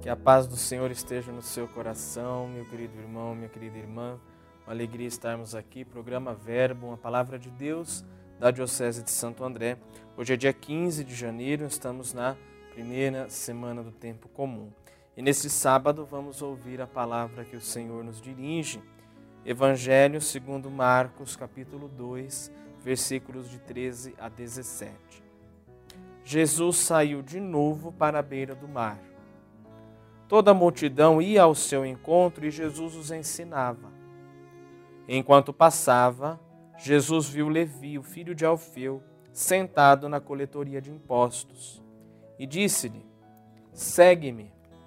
Que a paz do Senhor esteja no seu coração, meu querido irmão, minha querida irmã. Uma alegria estarmos aqui. Programa Verbo, uma palavra de Deus da Diocese de Santo André. Hoje é dia 15 de janeiro, estamos na primeira semana do tempo comum. E neste sábado vamos ouvir a palavra que o Senhor nos dirige. Evangelho segundo Marcos, capítulo 2, versículos de 13 a 17. Jesus saiu de novo para a beira do mar. Toda a multidão ia ao seu encontro e Jesus os ensinava. Enquanto passava, Jesus viu Levi, o filho de Alfeu, sentado na coletoria de impostos, e disse-lhe: "Segue-me."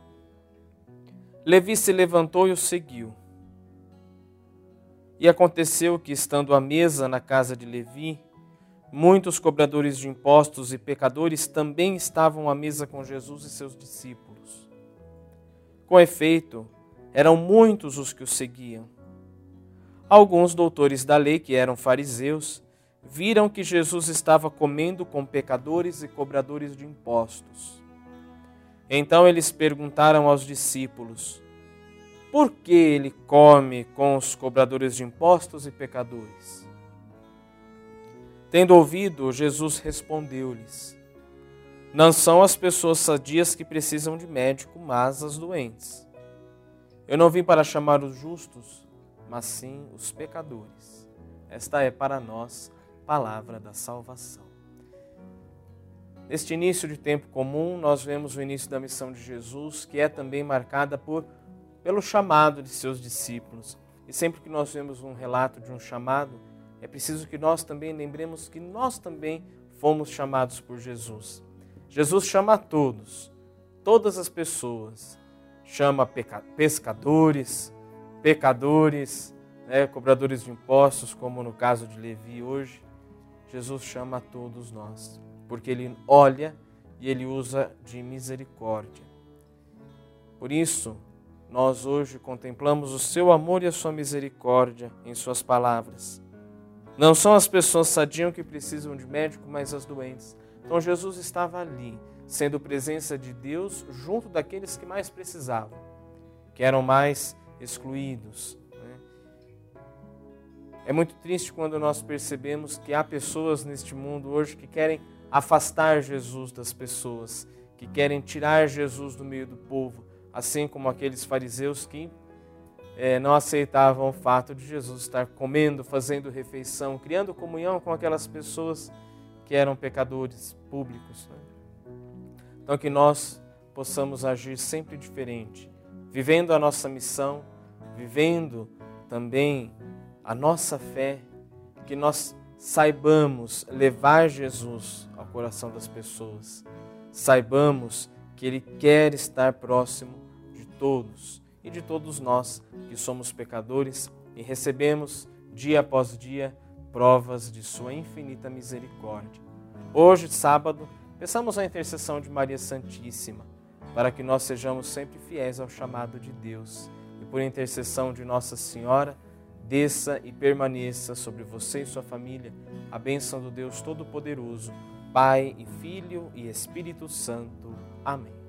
Levi se levantou e o seguiu. E aconteceu que, estando à mesa na casa de Levi, muitos cobradores de impostos e pecadores também estavam à mesa com Jesus e seus discípulos. Com efeito, eram muitos os que o seguiam. Alguns doutores da lei, que eram fariseus, viram que Jesus estava comendo com pecadores e cobradores de impostos. Então eles perguntaram aos discípulos: "Por que ele come com os cobradores de impostos e pecadores?" Tendo ouvido, Jesus respondeu-lhes: "Não são as pessoas sadias que precisam de médico, mas as doentes. Eu não vim para chamar os justos, mas sim os pecadores." Esta é para nós palavra da salvação. Neste início de tempo comum, nós vemos o início da missão de Jesus, que é também marcada pelo chamado de seus discípulos. E sempre que nós vemos um relato de um chamado, é preciso que nós também lembremos que nós também fomos chamados por Jesus. Jesus chama a todos, todas as pessoas. Chama pescadores, pecadores, cobradores de impostos, como no caso de Levi hoje. Jesus chama a todos nós, porque Ele olha e Ele usa de misericórdia. Por isso, nós hoje contemplamos o seu amor e a sua misericórdia em suas palavras. Não são as pessoas sadias que precisam de médico, mas as doentes. Então Jesus estava ali, sendo presença de Deus junto daqueles que mais precisavam, que eram mais excluídos. É muito triste quando nós percebemos que há pessoas neste mundo hoje que querem afastar Jesus das pessoas, que querem tirar Jesus do meio do povo, assim como aqueles fariseus que não aceitavam o fato de Jesus estar comendo, fazendo refeição, criando comunhão com aquelas pessoas que eram pecadores públicos. Então que nós possamos agir sempre diferente, vivendo a nossa missão, vivendo também a nossa fé, que nós saibamos levar Jesus ao coração das pessoas, saibamos que Ele quer estar próximo de todos e de todos nós que somos pecadores e recebemos dia após dia provas de sua infinita misericórdia. Hoje, sábado, peçamos a intercessão de Maria Santíssima, para que nós sejamos sempre fiéis ao chamado de Deus. E por intercessão de Nossa Senhora, desça e permaneça sobre você e sua família a bênção do Deus Todo-Poderoso, Pai e Filho e Espírito Santo. Amém.